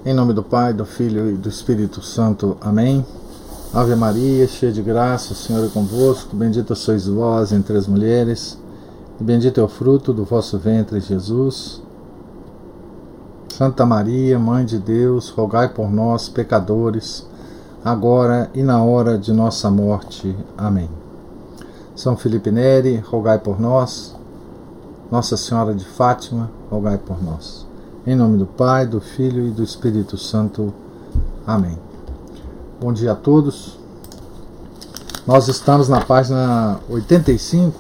Em nome do Pai, do Filho e do Espírito Santo. Amém. Ave Maria, cheia de graça, o Senhor é convosco. Bendita sois vós entre as mulheres, e bendito é o fruto do vosso ventre, Jesus. Santa Maria, Mãe de Deus, rogai por nós, pecadores, agora e na hora de nossa morte. Amém. São Felipe Neri, rogai por nós. Nossa Senhora de Fátima, rogai por nós. Em nome do Pai, do Filho e do Espírito Santo. Amém. Bom dia a todos. Nós estamos na página 85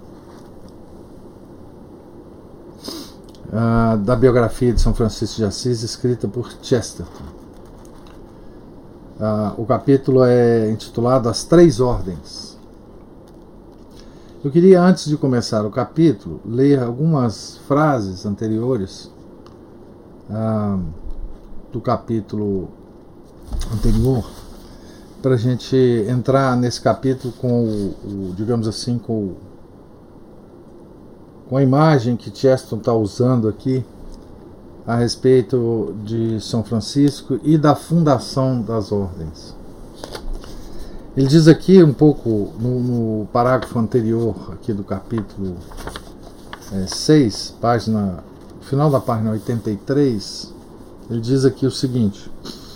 da biografia de São Francisco de Assis, escrita por Chesterton. O capítulo é intitulado As Três Ordens. Eu queria, antes de começar o capítulo, ler algumas frases anteriores do capítulo anterior, para a gente entrar nesse capítulo com digamos assim, com a imagem que Chesterton está usando aqui a respeito de São Francisco e da fundação das ordens. Ele diz aqui um pouco no parágrafo anterior aqui do capítulo 6, final da página 83, ele diz aqui o seguinte: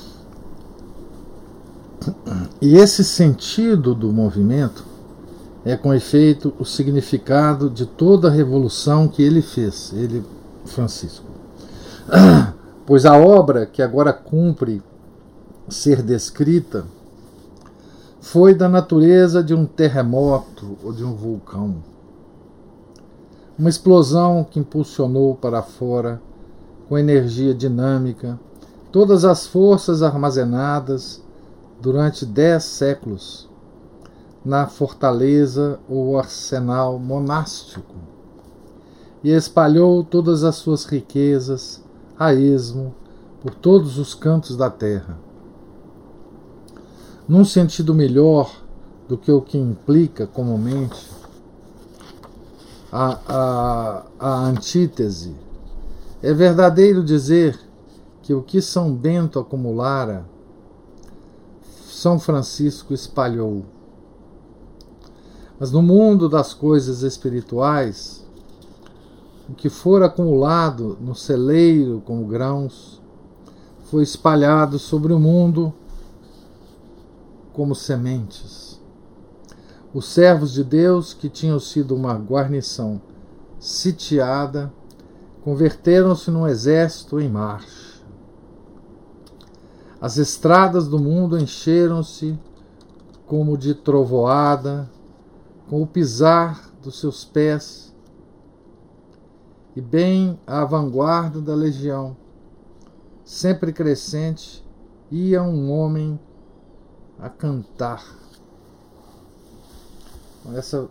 e esse sentido do movimento é com efeito o significado de toda a revolução que ele fez, ele, Francisco. Pois a obra que agora cumpre ser descrita foi da natureza de um terremoto ou de um vulcão. Uma explosão que impulsionou para fora, com energia dinâmica, todas as forças armazenadas durante 10 séculos na fortaleza ou arsenal monástico, e espalhou todas as suas riquezas a esmo por todos os cantos da terra. Num sentido melhor do que o que implica comumente a antítese, é verdadeiro dizer que o que São Bento acumulara, São Francisco espalhou. Mas no mundo das coisas espirituais, o que for acumulado no celeiro como grãos, foi espalhado sobre o mundo como sementes. Os servos de Deus, que tinham sido uma guarnição sitiada, converteram-se num exército em marcha. As estradas do mundo encheram-se como de trovoada, com o pisar dos seus pés, e bem à vanguarda da legião, sempre crescente, ia um homem a cantar. Essa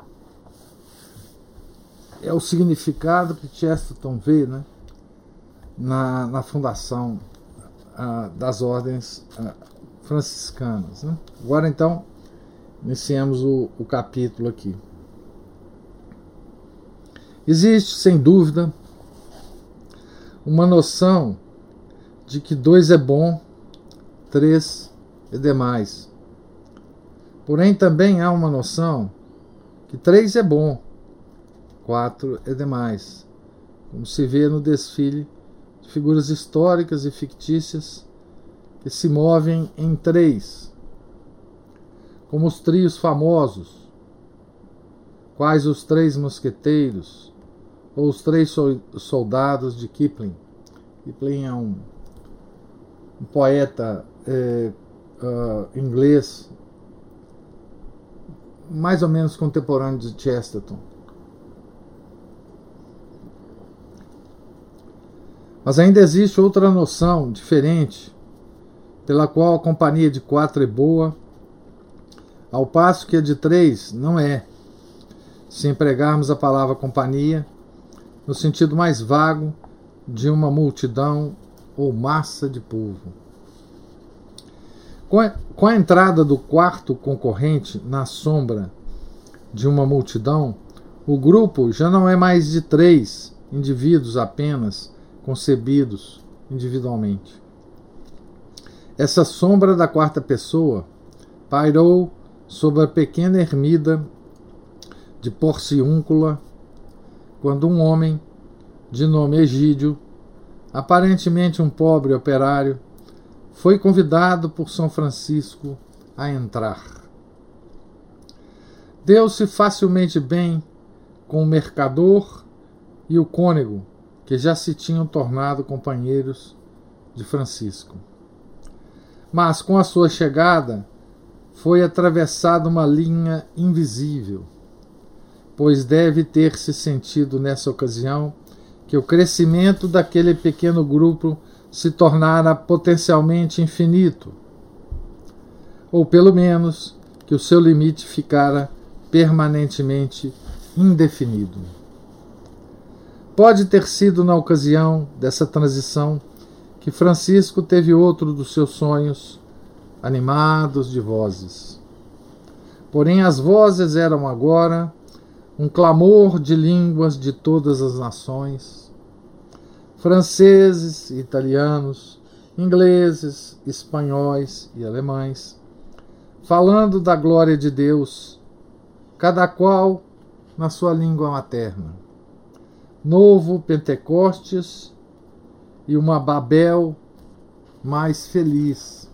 é o significado que Chesterton vê, né, na fundação das ordens franciscanas, né? Agora então iniciamos o capítulo aqui. Existe, sem dúvida, uma noção de que 2 é bom, 3 é demais. Porém, também há uma noção que 3 é bom, 4 é demais, como se vê no desfile de figuras históricas e fictícias que se movem em 3, como os trios famosos, quais os 3 mosqueteiros ou os 3 soldados de Kipling. Kipling é um poeta inglês, mais ou menos contemporâneo de Chesterton. Mas ainda existe outra noção diferente, pela qual a companhia de 4 é boa, ao passo que a de 3 não é, se empregarmos a palavra companhia no sentido mais vago de uma multidão ou massa de povo. Com a entrada do 4º concorrente na sombra de uma multidão, o grupo já não é mais de 3 indivíduos apenas concebidos individualmente. essa sombra da quarta pessoa pairou sobre a pequena ermida de Porciúncula, quando um homem, de nome Egídio, aparentemente um pobre operário, foi convidado por São Francisco a entrar. Deu-se facilmente bem com o mercador e o cônego, que já se tinham tornado companheiros de Francisco. Mas com a sua chegada foi atravessada uma linha invisível, pois deve ter se sentido nessa ocasião que o crescimento daquele pequeno grupo se tornara potencialmente infinito, ou pelo menos que o seu limite ficara permanentemente indefinido. Pode ter sido na ocasião dessa transição que Francisco teve outro dos seus sonhos, animados de vozes. Porém, as vozes eram agora um clamor de línguas de todas as nações, franceses, italianos, ingleses, espanhóis e alemães, falando da glória de Deus, cada qual na sua língua materna. Novo Pentecostes e uma Babel mais feliz.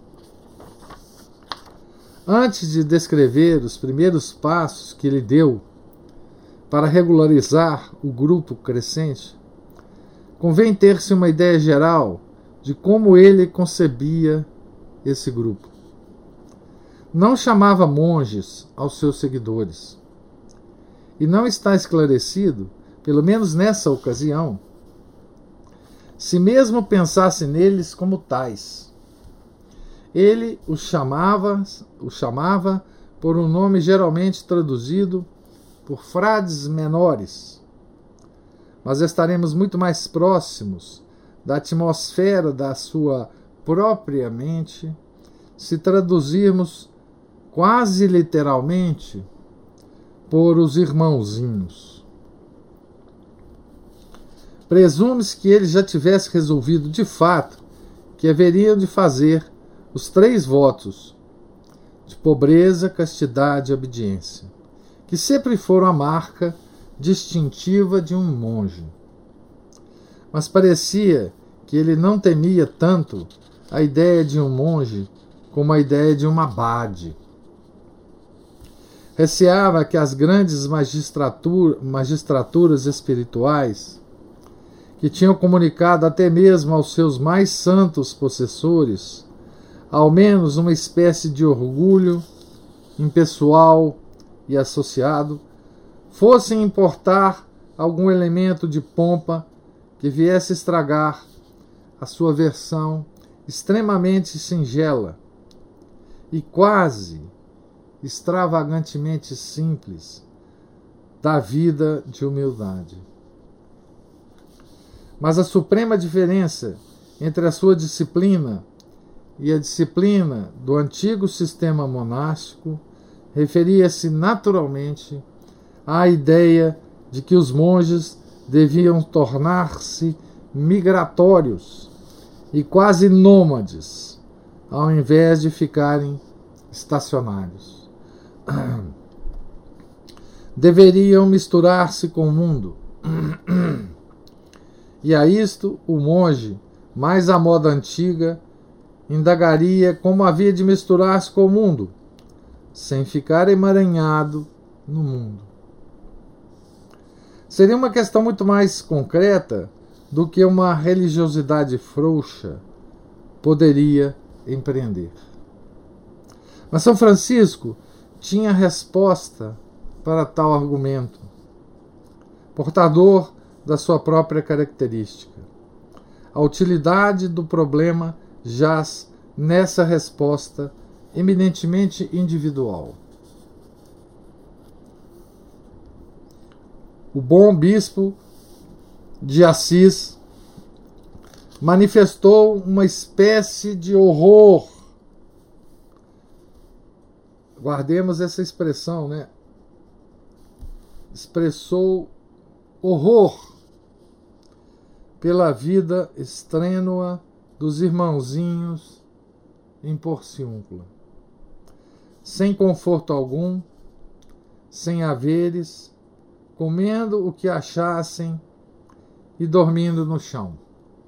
Antes de descrever os primeiros passos que ele deu para regularizar o grupo crescente, convém ter-se uma ideia geral de como ele concebia esse grupo. Não chamava monges aos seus seguidores, e não está esclarecido, pelo menos nessa ocasião, se mesmo pensasse neles como tais. Ele os chamava por um nome geralmente traduzido por frades menores, mas estaremos muito mais próximos da atmosfera da sua própria mente se traduzirmos quase literalmente por os irmãozinhos. Presume-se que ele já tivesse resolvido de fato que haveriam de fazer os 3 votos de pobreza, castidade e obediência, que sempre foram a marca distintiva de um monge. Mas parecia que ele não temia tanto a ideia de um monge como a ideia de um abade. Receava que as grandes magistraturas espirituais, que tinham comunicado até mesmo aos seus mais santos possessores, ao menos uma espécie de orgulho impessoal e associado, fossem importar algum elemento de pompa que viesse estragar a sua versão extremamente singela e quase extravagantemente simples da vida de humildade. Mas a suprema diferença entre a sua disciplina e a disciplina do antigo sistema monástico referia-se naturalmente à ideia de que os monges deviam tornar-se migratórios e quase nômades, ao invés de ficarem estacionários. Deveriam misturar-se com o mundo. E a isto o monge, mais à moda antiga, indagaria como havia de misturar-se com o mundo, sem ficar emaranhado no mundo. Seria uma questão muito mais concreta do que uma religiosidade frouxa poderia empreender. Mas São Francisco tinha resposta para tal argumento, portador da sua própria característica. A utilidade do problema jaz nessa resposta eminentemente individual. O bom bispo de Assis manifestou uma espécie de horror. Guardemos essa expressão, né? Expressou horror pela vida extrânua dos irmãozinhos em Porciúncula, sem conforto algum, sem haveres, comendo o que achassem e dormindo no chão.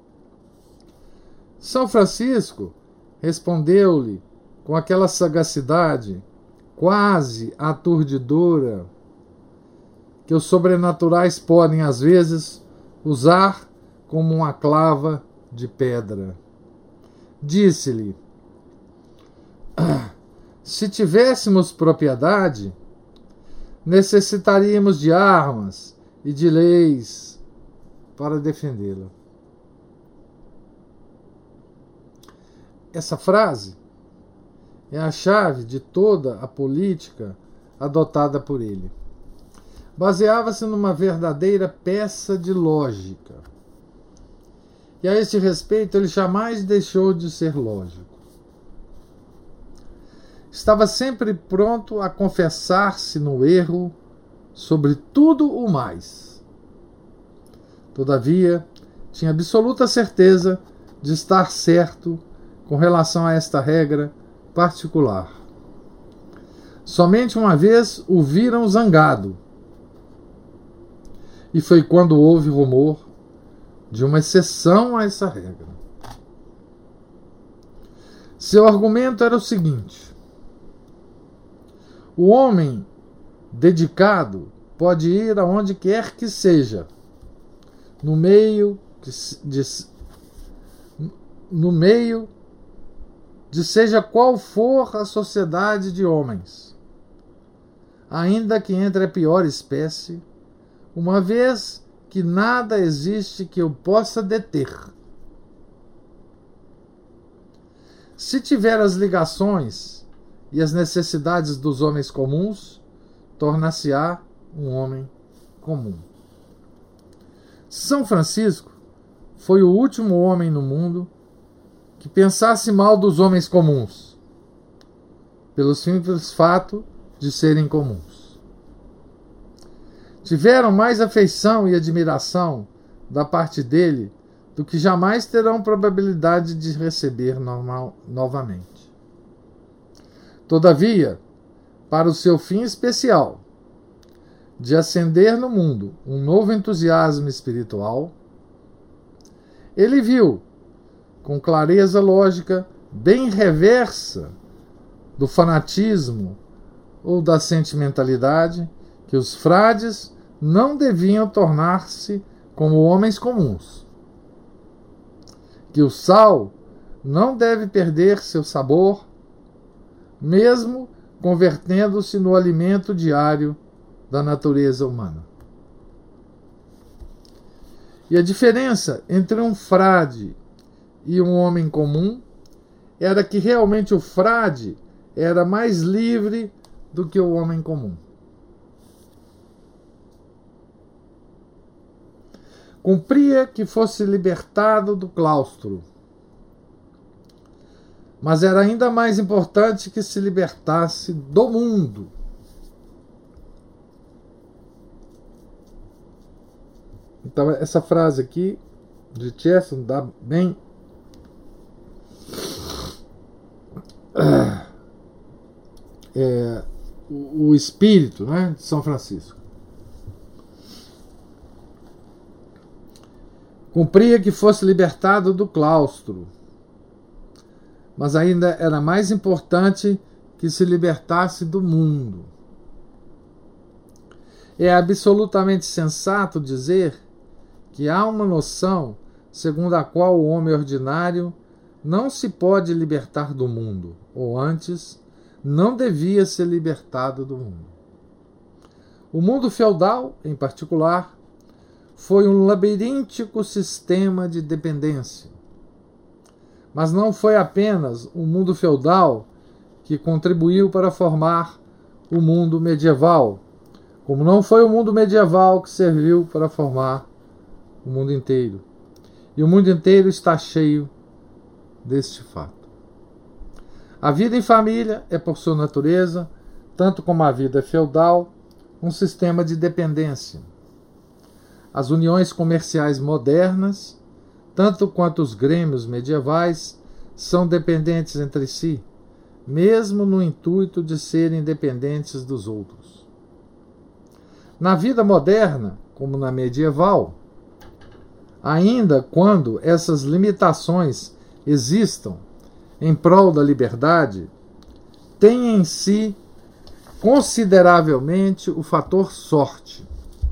São Francisco respondeu-lhe com aquela sagacidade quase aturdidora que os sobrenaturais podem, às vezes, usar como uma clava de pedra. Disse-lhe: se tivéssemos propriedade, necessitaríamos de armas e de leis para defendê-la. Essa frase é a chave de toda a política adotada por ele. Baseava-se numa verdadeira peça de lógica. E a este respeito, ele jamais deixou de ser lógico. Estava sempre pronto a confessar-se no erro sobre tudo o mais. Todavia, tinha absoluta certeza de estar certo com relação a esta regra particular. Somente uma vez o viram zangado, e foi quando houve rumor de uma exceção a essa regra. Seu argumento era o seguinte: o homem dedicado pode ir aonde quer que seja, no meio de seja qual for a sociedade de homens, ainda que entre a pior espécie, uma vez que nada existe que eu possa deter. Se tiver as ligações e as necessidades dos homens comuns, tornar-se-á um homem comum. São Francisco foi o último homem no mundo que pensasse mal dos homens comuns, pelo simples fato de serem comuns. Tiveram mais afeição e admiração da parte dele do que jamais terão probabilidade de receber novamente. Todavia, para o seu fim especial, de acender no mundo um novo entusiasmo espiritual, ele viu, com clareza lógica bem reversa do fanatismo ou da sentimentalidade, que os frades não deviam tornar-se como homens comuns, que o sal não deve perder seu sabor, mesmo convertendo-se no alimento diário da natureza humana. E a diferença entre um frade e um homem comum era que realmente o frade era mais livre do que o homem comum. Cumpria que fosse libertado do claustro, mas era ainda mais importante que se libertasse do mundo. Então, essa frase aqui de Chesterton dá bem o espírito, né, de São Francisco. Cumpria que fosse libertado do claustro, mas ainda era mais importante que se libertasse do mundo. É absolutamente sensato dizer que há uma noção segundo a qual o homem ordinário não se pode libertar do mundo, ou antes, não devia ser libertado do mundo. O mundo feudal, em particular, foi um labiríntico sistema de dependência. Mas não foi apenas o mundo feudal que contribuiu para formar o mundo medieval, como não foi o mundo medieval que serviu para formar o mundo inteiro. E o mundo inteiro está cheio deste fato. A vida em família é, por sua natureza, tanto como a vida feudal, um sistema de dependência. As uniões comerciais modernas, tanto quanto os grêmios medievais, são dependentes entre si, mesmo no intuito de serem dependentes dos outros. Na vida moderna, como na medieval, ainda quando essas limitações existam em prol da liberdade, tem em si consideravelmente o fator sorte.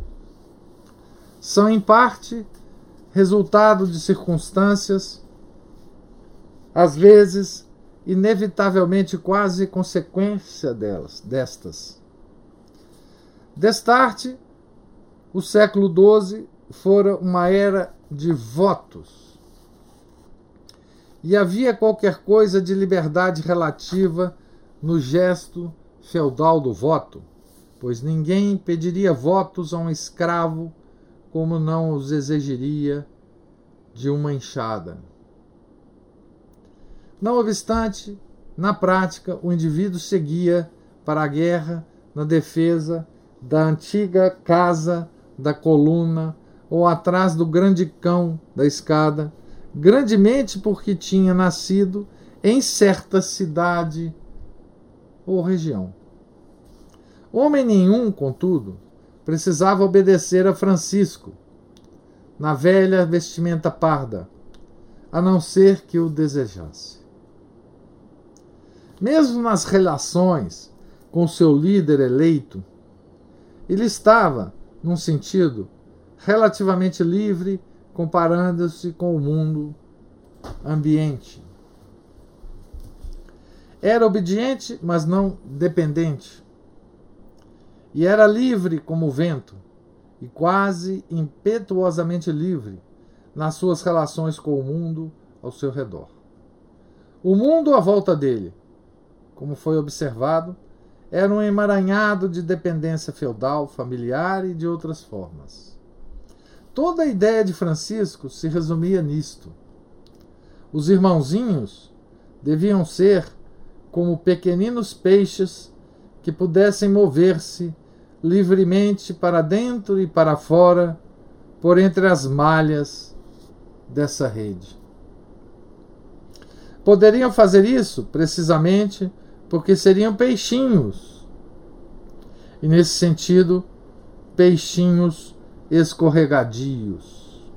São, em parte, resultado de circunstâncias, às vezes, inevitavelmente quase consequência destas. Destarte, o século XII fora uma era de votos. E havia qualquer coisa de liberdade relativa no gesto feudal do voto, pois ninguém pediria votos a um escravo como não os exigiria de uma enxada. Não obstante, na prática, o indivíduo seguia para a guerra na defesa da antiga casa da coluna ou atrás do grande cão da escada, grandemente porque tinha nascido em certa cidade ou região. Homem nenhum, contudo, precisava obedecer a Francisco, na velha vestimenta parda, a não ser que o desejasse. Mesmo nas relações com seu líder eleito, ele estava, num sentido, relativamente livre, comparando-se com o mundo ambiente. Era obediente, mas não dependente. E era livre como o vento, e quase impetuosamente livre nas suas relações com o mundo ao seu redor. O mundo à volta dele, como foi observado, era um emaranhado de dependência feudal, familiar e de outras formas. Toda a ideia de Francisco se resumia nisto. Os irmãozinhos deviam ser como pequeninos peixes que pudessem mover-se livremente para dentro e para fora, por entre as malhas dessa rede. Poderiam fazer isso precisamente porque seriam peixinhos, e nesse sentido, peixinhos escorregadios.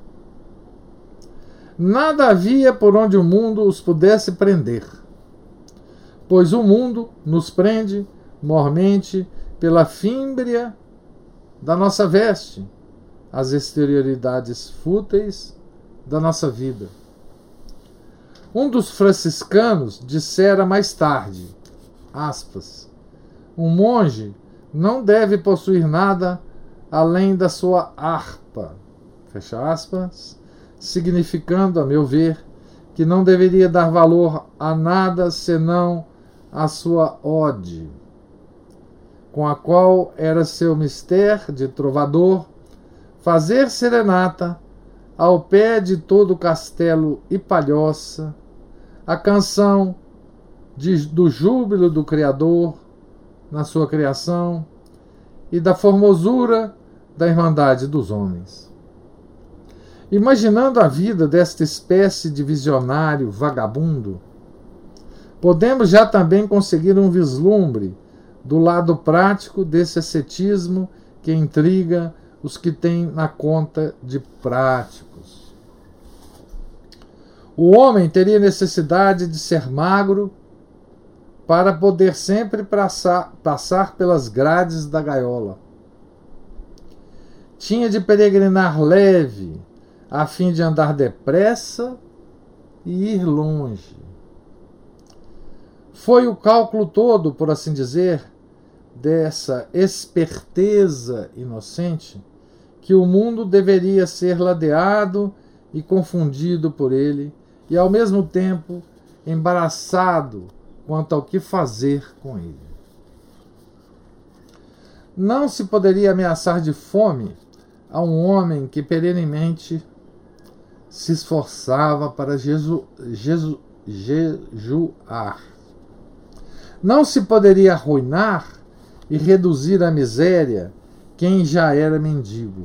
Nada havia por onde o mundo os pudesse prender, pois o mundo nos prende mormente pela fímbria da nossa veste, as exterioridades fúteis da nossa vida. Um dos franciscanos dissera mais tarde, aspas, um monge não deve possuir nada além da sua harpa, fecha aspas, significando, a meu ver, que não deveria dar valor a nada senão a sua ode, com a qual era seu mister de trovador fazer serenata ao pé de todo o castelo e palhoça, a canção do júbilo do Criador na sua criação e da formosura da irmandade dos homens. Imaginando a vida desta espécie de visionário vagabundo, podemos já também conseguir um vislumbre do lado prático desse ascetismo que intriga os que têm na conta de práticos. O homem teria necessidade de ser magro para poder sempre passar pelas grades da gaiola. Tinha de peregrinar leve, a fim de andar depressa e ir longe. Foi o cálculo todo, por assim dizer, dessa esperteza inocente que o mundo deveria ser ladeado e confundido por ele, e ao mesmo tempo embaraçado quanto ao que fazer com ele. Não se poderia ameaçar de fome a um homem que perenemente se esforçava para jejuar. Não se poderia arruinar e reduzir à miséria quem já era mendigo.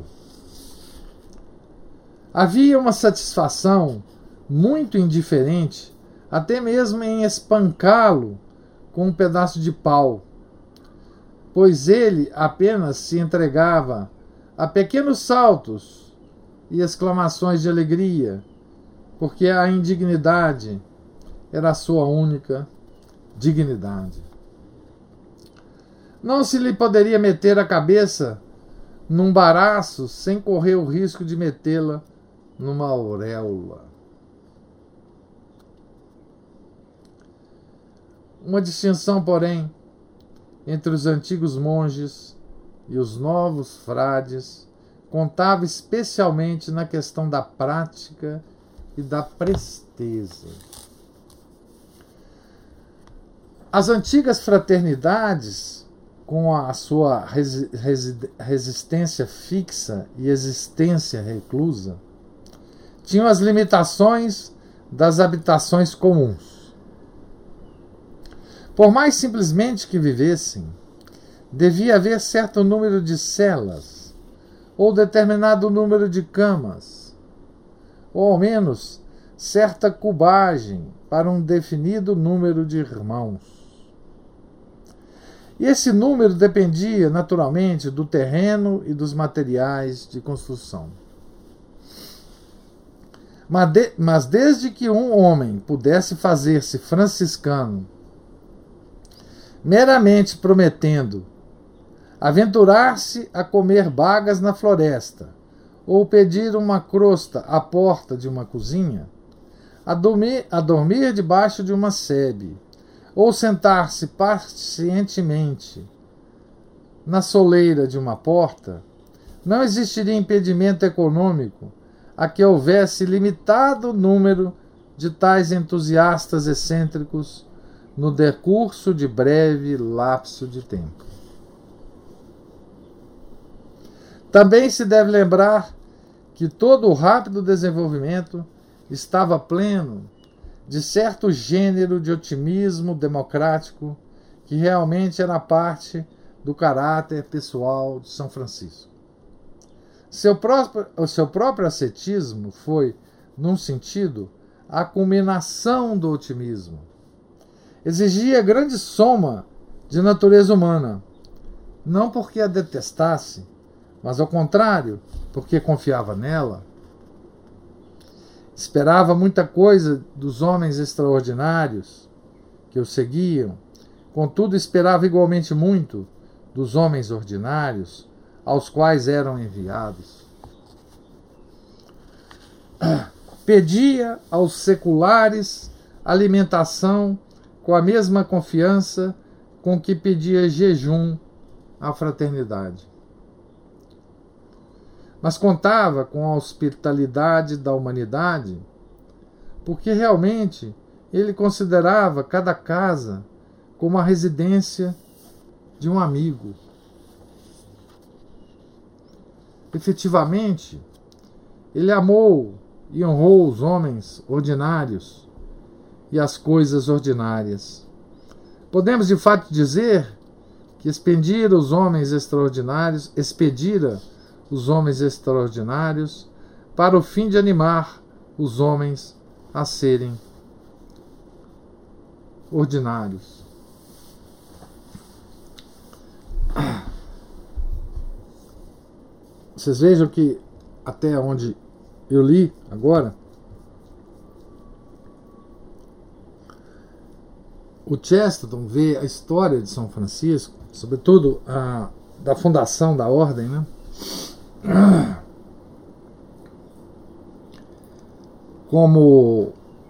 Havia uma satisfação muito indiferente até mesmo em espancá-lo com um pedaço de pau, pois ele apenas se entregava a pequenos saltos e exclamações de alegria, porque a indignidade era a sua única dignidade. Não se lhe poderia meter a cabeça num baraço sem correr o risco de metê-la numa auréola. Uma distinção, porém, entre os antigos monges e os novos frades contava especialmente na questão da prática e da presteza. As antigas fraternidades, com a sua resistência fixa e existência reclusa, tinham as limitações das habitações comuns. Por mais simplesmente que vivessem, devia haver certo número de celas, ou determinado número de camas, ou ao menos certa cubagem para um definido número de irmãos. E esse número dependia, naturalmente, do terreno e dos materiais de construção. Mas desde que um homem pudesse fazer-se franciscano, meramente prometendo aventurar-se a comer bagas na floresta, ou pedir uma crosta à porta de uma cozinha, a dormir debaixo de uma sebe, ou sentar-se pacientemente na soleira de uma porta, não existiria impedimento econômico a que houvesse limitado número de tais entusiastas excêntricos no decurso de breve lapso de tempo. Também se deve lembrar que todo o rápido desenvolvimento estava pleno de certo gênero de otimismo democrático que realmente era parte do caráter pessoal de São Francisco. O seu próprio ascetismo foi, num sentido, a culminação do otimismo. Exigia grande soma de natureza humana, não porque a detestasse, mas ao contrário, porque confiava nela. Esperava muita coisa dos homens extraordinários que o seguiam, contudo esperava igualmente muito dos homens ordinários aos quais eram enviados. Pedia aos seculares alimentação com a mesma confiança com que pedia jejum à fraternidade. Mas contava com a hospitalidade da humanidade, porque realmente ele considerava cada casa como a residência de um amigo. Efetivamente, ele amou e honrou os homens ordinários e as coisas ordinárias. Podemos de fato dizer que expedira os homens extraordinários para o fim de animar os homens a serem ordinários. Vocês vejam que até onde eu li agora, o Chesterton vê a história de São Francisco, sobretudo da fundação da ordem, né? Como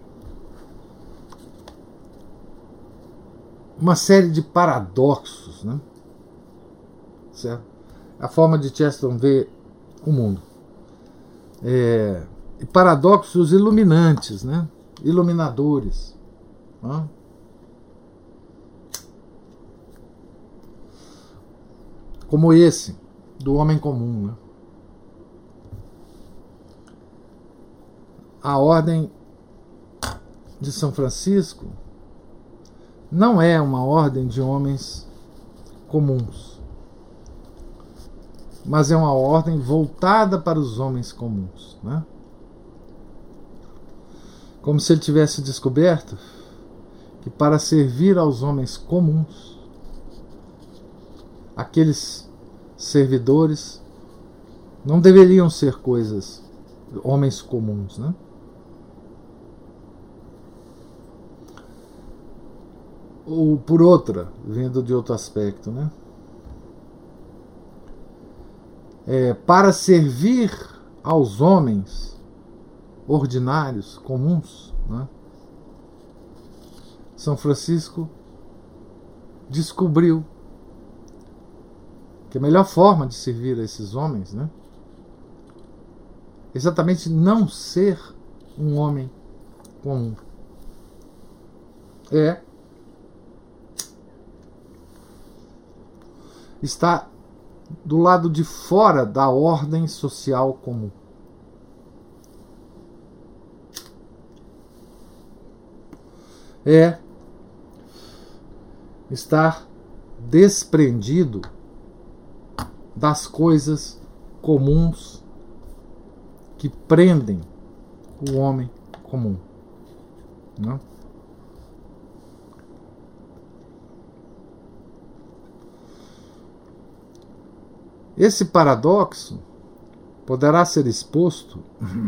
uma série de paradoxos, né? Certo? A forma de Chesterton ver o mundo. E paradoxos iluminantes, né? Iluminadores. Né? Como esse, do homem comum. Né? A ordem de São Francisco não é uma ordem de homens comuns, mas é uma ordem voltada para os homens comuns. Né? Como se ele tivesse descoberto que para servir aos homens comuns, aqueles servidores não deveriam ser homens comuns, né? Ou por outra, vendo de outro aspecto, né? Para servir aos homens ordinários, comuns, né? São Francisco descobriu que a melhor forma de servir a esses homens, né, é exatamente não ser um homem comum. Está do lado de fora da ordem social comum. Estar desprendido das coisas comuns que prendem o homem comum, né? Esse paradoxo poderá ser exposto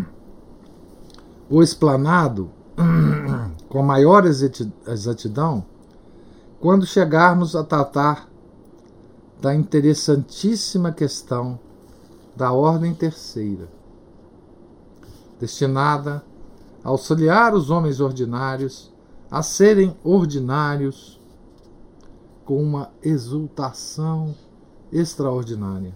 ou explanado com maior exatidão quando chegarmos a tratar da interessantíssima questão da ordem terceira, destinada a auxiliar os homens ordinários a serem ordinários com uma exultação extraordinária.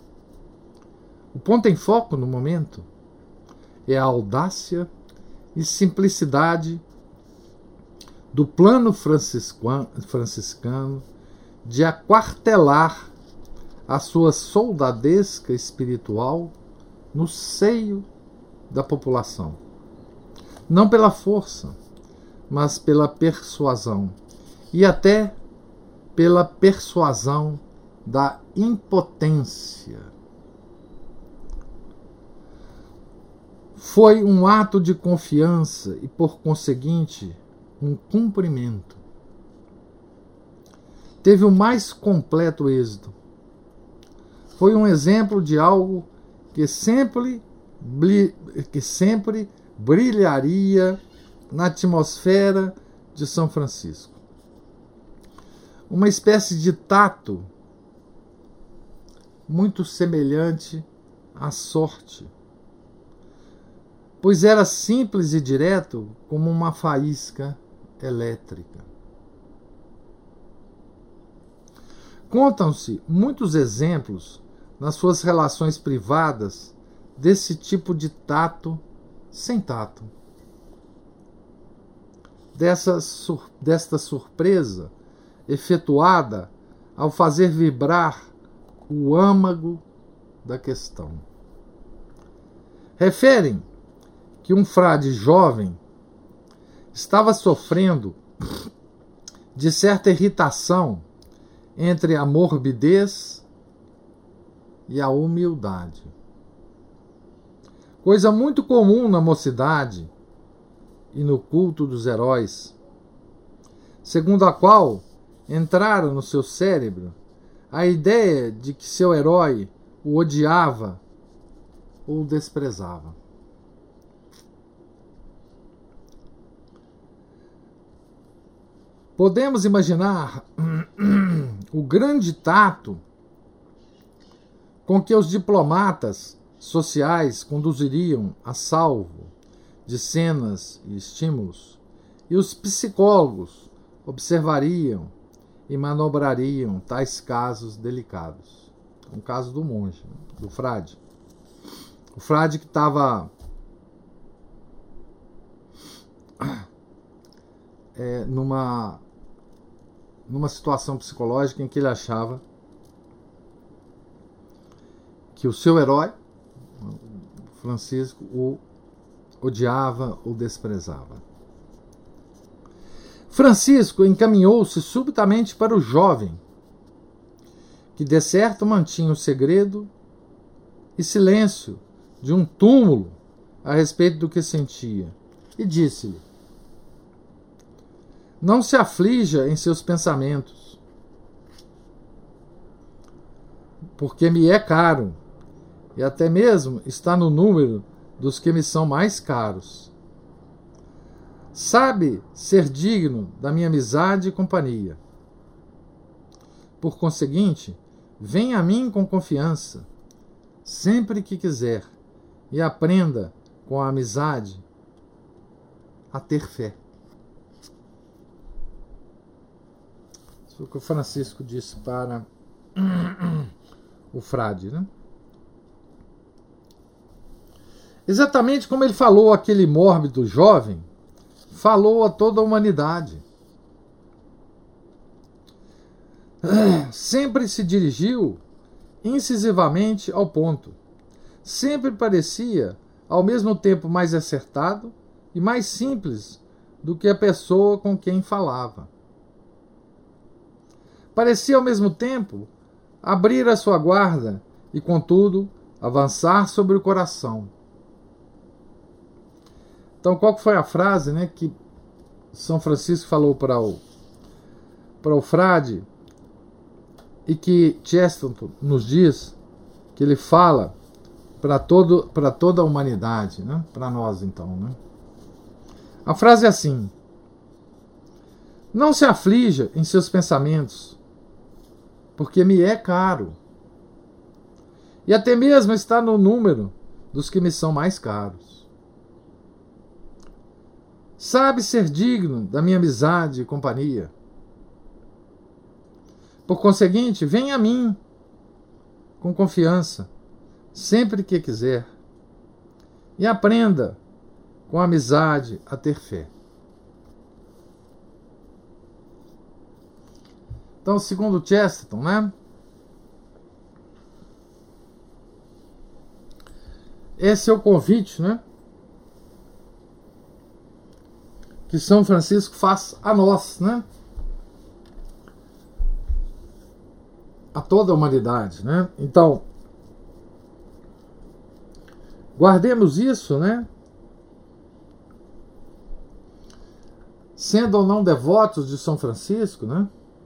O ponto em foco no momento é a audácia e simplicidade do plano franciscano de aquartelar a sua soldadesca espiritual no seio da população. Não pela força, mas pela persuasão. E até pela persuasão da impotência. Foi um ato de confiança e, por conseguinte, um cumprimento. Teve o mais completo êxito. Foi um exemplo de algo que sempre brilharia na atmosfera de São Francisco. Uma espécie de tato muito semelhante à sorte, pois era simples e direto como uma faísca elétrica. Contam-se muitos exemplos nas suas relações privadas desse tipo de tato sem tato. Desta surpresa efetuada ao fazer vibrar o âmago da questão. Referem que um frade jovem estava sofrendo de certa irritação entre a morbidez e a humildade. Coisa muito comum na mocidade e no culto dos heróis, segundo a qual entrara no seu cérebro a ideia de que seu herói o odiava ou desprezava. Podemos imaginar o grande tato com que os diplomatas sociais conduziriam a salvo de cenas e estímulos, e os psicólogos observariam e manobrariam tais casos delicados. O caso do monge, do frade. O frade que estava numa situação psicológica em que ele achava que o seu herói, Francisco, o odiava ou desprezava. Francisco encaminhou-se subitamente para o jovem, que de certo mantinha o segredo e silêncio de um túmulo a respeito do que sentia, e disse-lhe: não se aflija em seus pensamentos, porque me é caro, e até mesmo está no número dos que me são mais caros. Sabe ser digno da minha amizade e companhia. Por conseguinte, venha a mim com confiança, sempre que quiser, e aprenda com a amizade a ter fé. Isso foi o que o Francisco disse para o frade, né? Exatamente como ele falou àquele mórbido jovem, falou a toda a humanidade. Sempre se dirigiu incisivamente ao ponto. Sempre parecia, ao mesmo tempo, mais acertado e mais simples do que a pessoa com quem falava. Parecia, ao mesmo tempo, abrir a sua guarda e, contudo, avançar sobre o coração. Então, qual foi a frase, né, que São Francisco falou para o frade e que Chesterton nos diz que ele fala para toda a humanidade, né, para nós então, né? A frase é assim: não se aflija em seus pensamentos, porque me é caro, e até mesmo está no número dos que me são mais caros. Sabe ser digno da minha amizade e companhia. Por conseguinte, venha a mim com confiança, sempre que quiser, e aprenda com amizade a ter fé. Então, segundo Chesterton, né? Esse é o convite, né, que São Francisco faz a nós, né? A toda a humanidade, né? Então, guardemos isso, né? Sendo ou não devotos de São Francisco, né?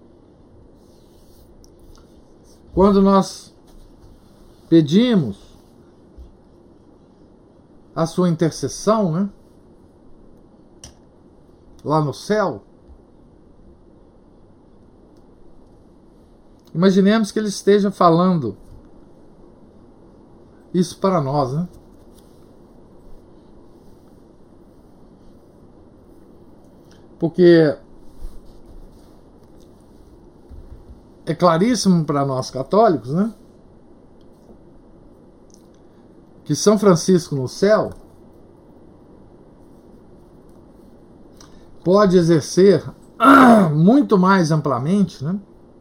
Quando nós pedimos a sua intercessão, né, lá no céu, imaginemos que ele esteja falando isso para nós, né? Porque é claríssimo para nós católicos, né, que São Francisco no céu pode exercer muito mais amplamente, né,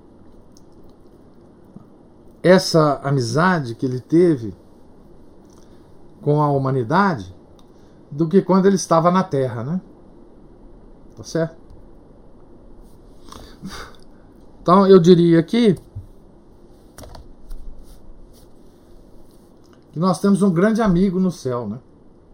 essa amizade que ele teve com a humanidade do que quando ele estava na Terra, né? Tá certo? Então eu diria aqui que nós temos um grande amigo no céu, né?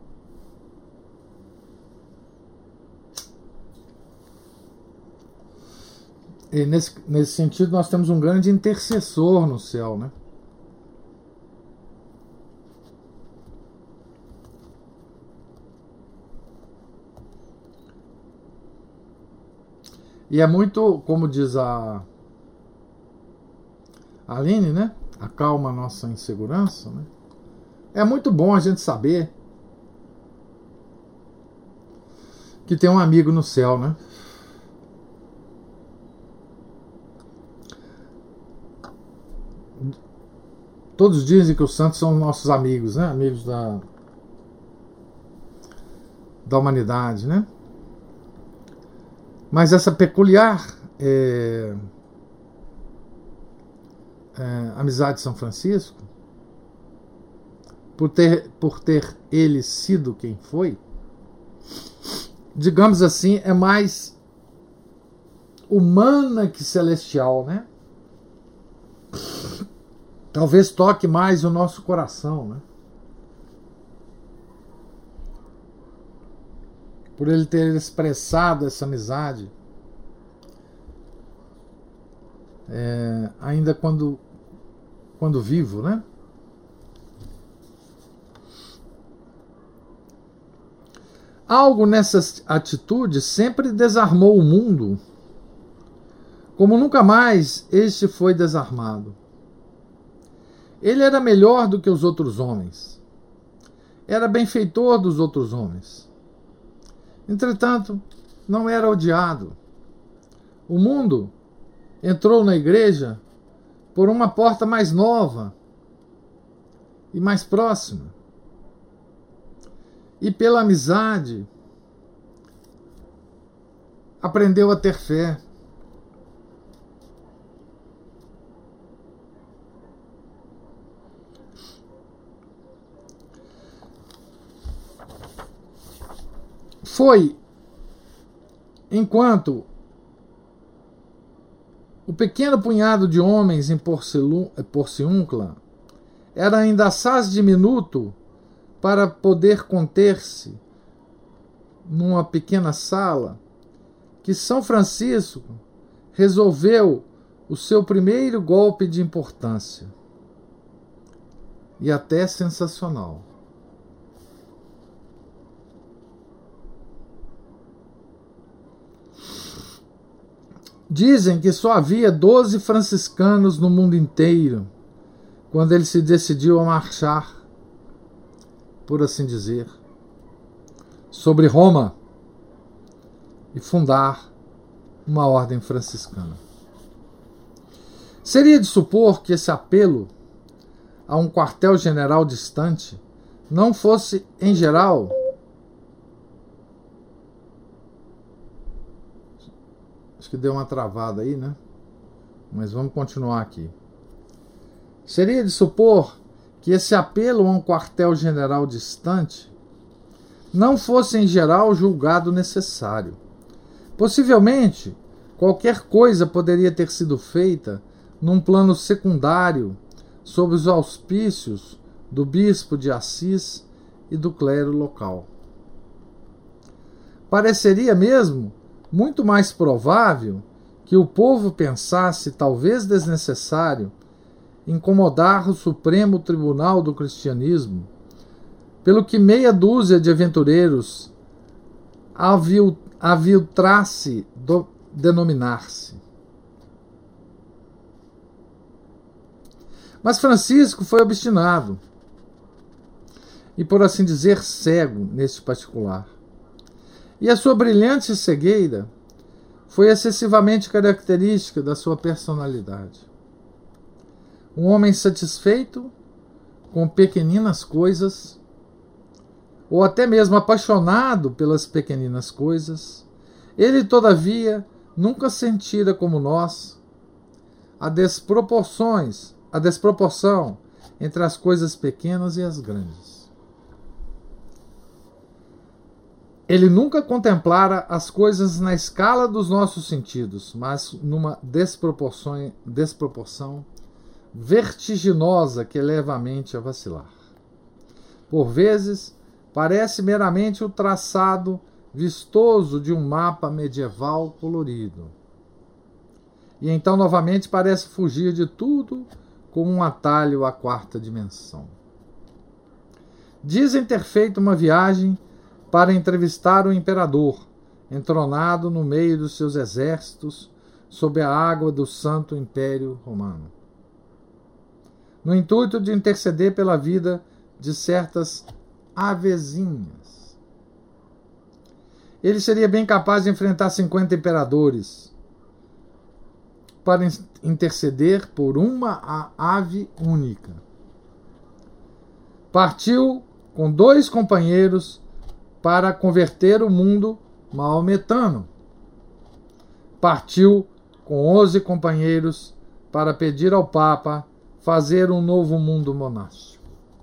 E nesse sentido nós temos um grande intercessor no céu, né? E é muito, como diz a Aline, né? Acalma a nossa insegurança, né? É muito bom a gente saber que tem um amigo no céu, né? Todos dizem que os santos são nossos amigos, né? Amigos da humanidade, né? Mas essa peculiar amizade de São Francisco, por ter ele sido quem foi, digamos assim, é mais humana que celestial, né? Talvez toque mais o nosso coração, né? por ele ter expressado essa amizade, ainda quando vivo, né? Algo nessa atitude sempre desarmou o mundo, como nunca mais este foi desarmado. Ele era melhor do que os outros homens. Era benfeitor dos outros homens. Entretanto, não era odiado. O mundo entrou na igreja por uma porta mais nova e mais próxima. E pela amizade, aprendeu a ter fé. Foi enquanto o pequeno punhado de homens em Porciúncula era ainda assaz diminuto para poder conter-se numa pequena sala, que São Francisco resolveu o seu primeiro golpe de importância, e até sensacional. Dizem que só havia 12 franciscanos no mundo inteiro quando ele se decidiu a marchar, por assim dizer, sobre Roma e fundar uma ordem franciscana. Seria de supor que esse apelo a um quartel-general distante não fosse, em geral, acho que deu uma travada aí, né? Mas vamos continuar aqui. Seria de supor que esse apelo a um quartel-general distante não fosse, em geral, julgado necessário. Possivelmente, qualquer coisa poderia ter sido feita num plano secundário, sob os auspícios do bispo de Assis e do clero local. Pareceria mesmo muito mais provável que o povo pensasse, talvez desnecessário, incomodar o Supremo Tribunal do Cristianismo, pelo que meia dúzia de aventureiros aviltrasse denominar-se. Mas Francisco foi obstinado e, por assim dizer, cego neste particular. E a sua brilhante cegueira foi excessivamente característica da sua personalidade. Um homem satisfeito com pequeninas coisas, ou até mesmo apaixonado pelas pequeninas coisas, ele, todavia, nunca sentira como nós a desproporção entre as coisas pequenas e as grandes. Ele nunca contemplara as coisas na escala dos nossos sentidos, mas numa desproporção vertiginosa que leva a mente a vacilar. Por vezes, parece meramente o traçado vistoso de um mapa medieval colorido. E então, novamente, parece fugir de tudo como um atalho à quarta dimensão. Dizem ter feito uma viagem para entrevistar o imperador, entronado no meio dos seus exércitos, sob a água do Santo Império Romano, no intuito de interceder pela vida de certas avezinhas. Ele seria bem capaz de enfrentar 50 imperadores para interceder por uma ave única. Partiu com 2 companheiros para converter o mundo maometano. Partiu com 11 companheiros para pedir ao Papa fazer um novo mundo monástico.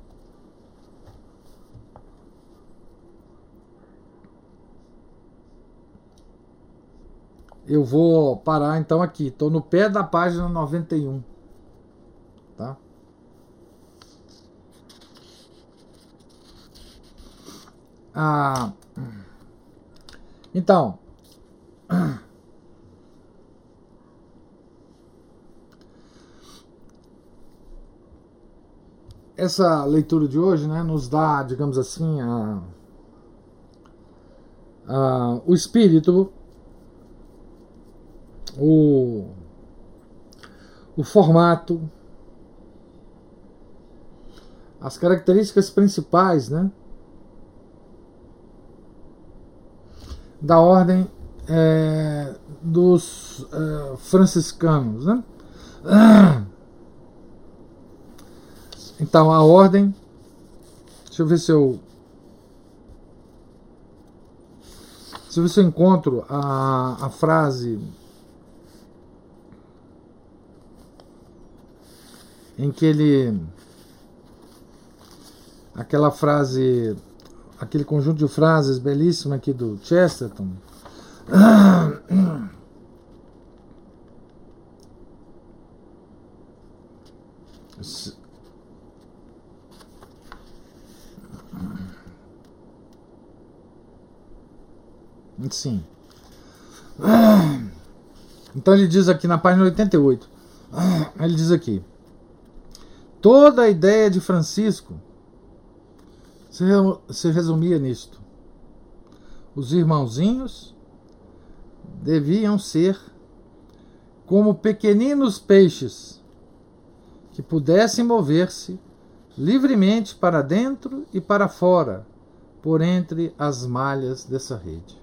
Eu vou parar então aqui. Estou no pé da página 91. Tá? Então, essa leitura de hoje, né, nos dá, digamos assim, o espírito, o formato, as características principais, né, da ordem dos franciscanos, né? Então, a ordem, deixa eu ver se eu encontro a frase em que ele, aquela frase, aquele conjunto de frases belíssimo aqui do Chesterton. Sim. Então ele diz aqui na página 88, ele diz aqui: toda a ideia de Francisco se resumia nisto. Os irmãozinhos deviam ser como pequeninos peixes que pudessem mover-se livremente para dentro e para fora, por entre as malhas dessa rede.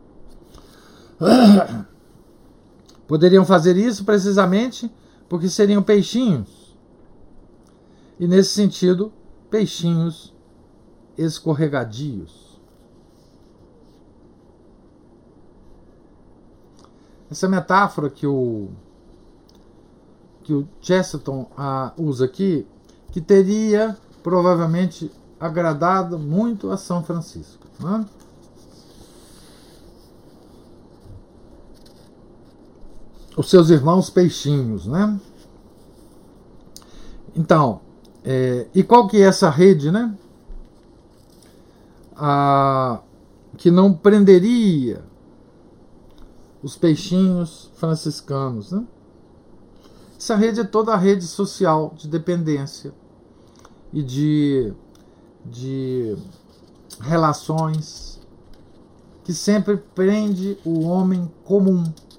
Poderiam fazer isso precisamente porque seriam peixinhos, e nesse sentido, peixinhos escorregadios. Essa metáfora que o Chesterton usa aqui, que teria provavelmente agradado muito a São Francisco, né? Os seus irmãos peixinhos, né? Então, e qual que é essa rede, né? Que não prenderia os peixinhos franciscanos, né? Essa rede é toda a rede social de dependência e de relações que sempre prende o homem comum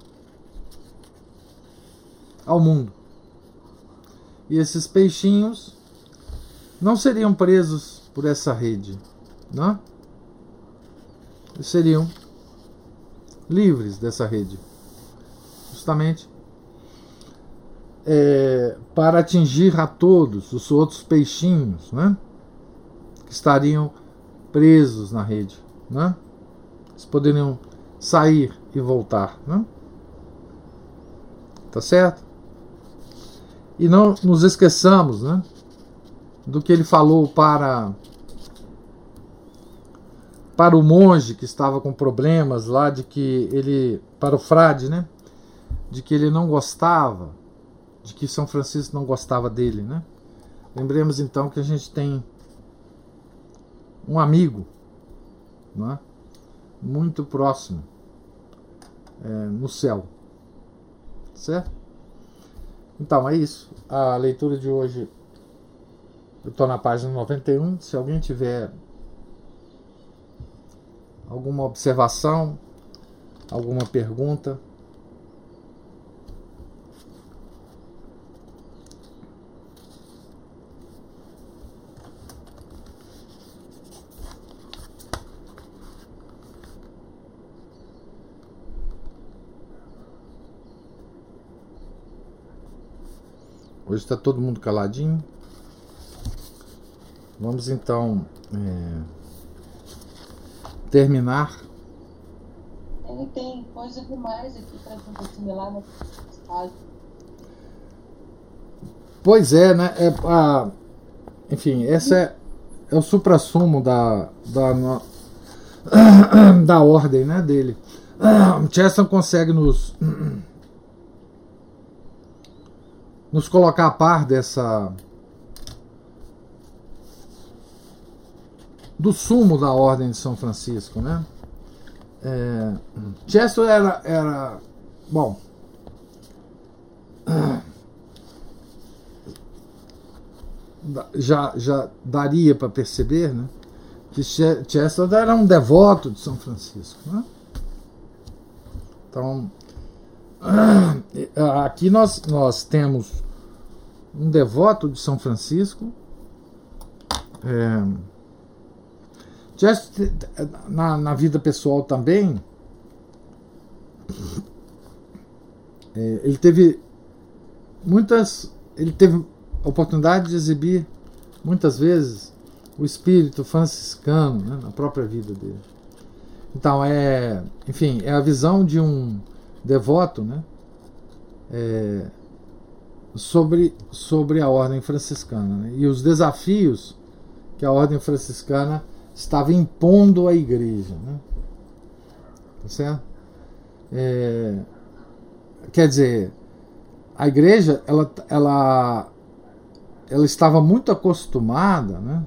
ao mundo. E esses peixinhos não seriam presos por essa rede, né? Eles seriam livres dessa rede, justamente para atingir a todos os outros peixinhos, né, que estariam presos na rede, né? Eles poderiam sair e voltar, né? Tá certo? E não nos esqueçamos, né, do que ele falou para o monge que estava com problemas lá, de que ele, para o frade, né, de que ele não gostava, de que São Francisco não gostava dele, né? Lembremos então que a gente tem um amigo, né, muito próximo no céu, certo? Então é isso. A leitura de hoje, eu estou na página 91. Se alguém tiver alguma observação, alguma pergunta, hoje está todo mundo caladinho. Vamos então terminar. Ele tem coisa demais aqui para gente assimilar no estágio. Pois é, né? Enfim, esse é o suprassumo da ordem, né, dele. Chesterton consegue nos colocar a par do sumo da ordem de São Francisco, né? Chester era bom, já daria para perceber, né, que Chester era um devoto de São Francisco, né? Então, aqui nós temos um devoto de São Francisco. Chester, na vida pessoal também, ele teve a oportunidade de exibir muitas vezes o espírito franciscano, né, na própria vida dele. Então enfim, é a visão de um devoto, né, sobre a ordem franciscana, né, e os desafios que a ordem franciscana estava impondo à igreja, né? Tá certo? Quer dizer, a igreja ela estava muito acostumada, né,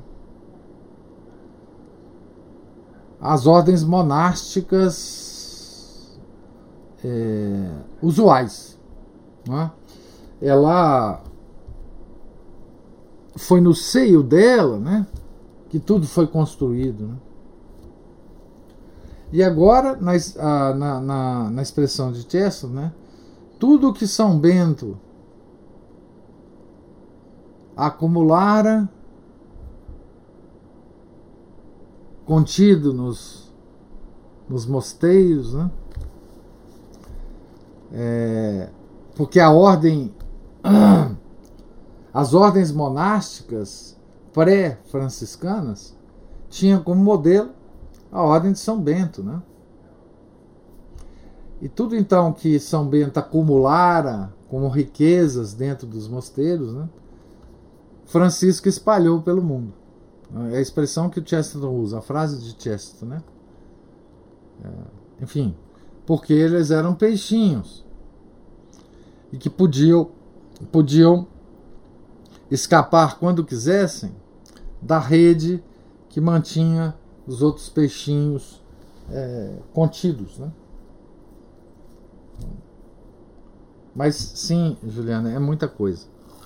às ordens monásticas usuais, né? Ela foi no seio dela, né, que tudo foi construído, né? E agora, na expressão de Chester, né, tudo que São Bento acumulara, contido nos mosteiros, né, porque as ordens monásticas pré-franciscanas tinham como modelo a ordem de São Bento, né? E tudo então que São Bento acumulara como riquezas dentro dos mosteiros, né, Francisco espalhou pelo mundo. É a expressão que o Chesterton usa, a frase de Chesterton, né? Enfim, porque eles eram peixinhos e que podiam escapar quando quisessem da rede que mantinha os outros peixinhos contidos, né? Mas sim, Juliana, é muita coisa.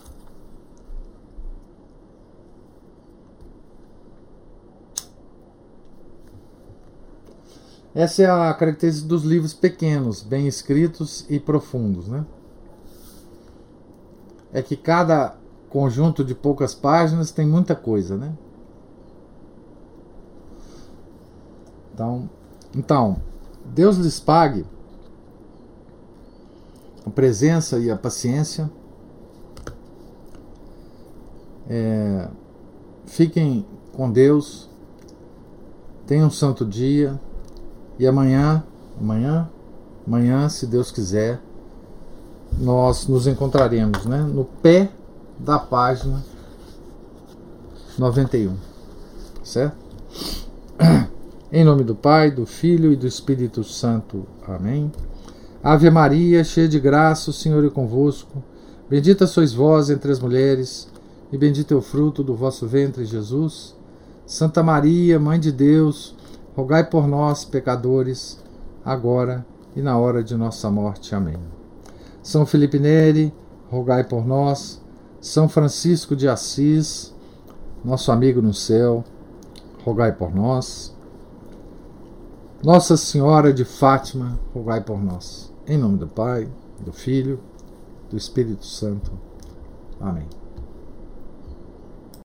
Essa é a característica dos livros pequenos, bem escritos e profundos, né? É que cada conjunto de poucas páginas tem muita coisa, né? Então, Deus lhes pague a presença e a paciência. Fiquem com Deus. Tenham um santo dia. E amanhã, se Deus quiser, nós nos encontraremos, né, no pé da página 91. Certo? Em nome do Pai, do Filho e do Espírito Santo. Amém. Ave Maria, cheia de graça, o Senhor é convosco. Bendita sois vós entre as mulheres, e bendito é o fruto do vosso ventre, Jesus. Santa Maria, Mãe de Deus, rogai por nós, pecadores, agora e na hora de nossa morte. Amém. São Felipe Neri, rogai por nós. São Francisco de Assis, nosso amigo no céu, rogai por nós. Nossa Senhora de Fátima, rogai por nós. Em nome do Pai, do Filho, do Espírito Santo. Amém.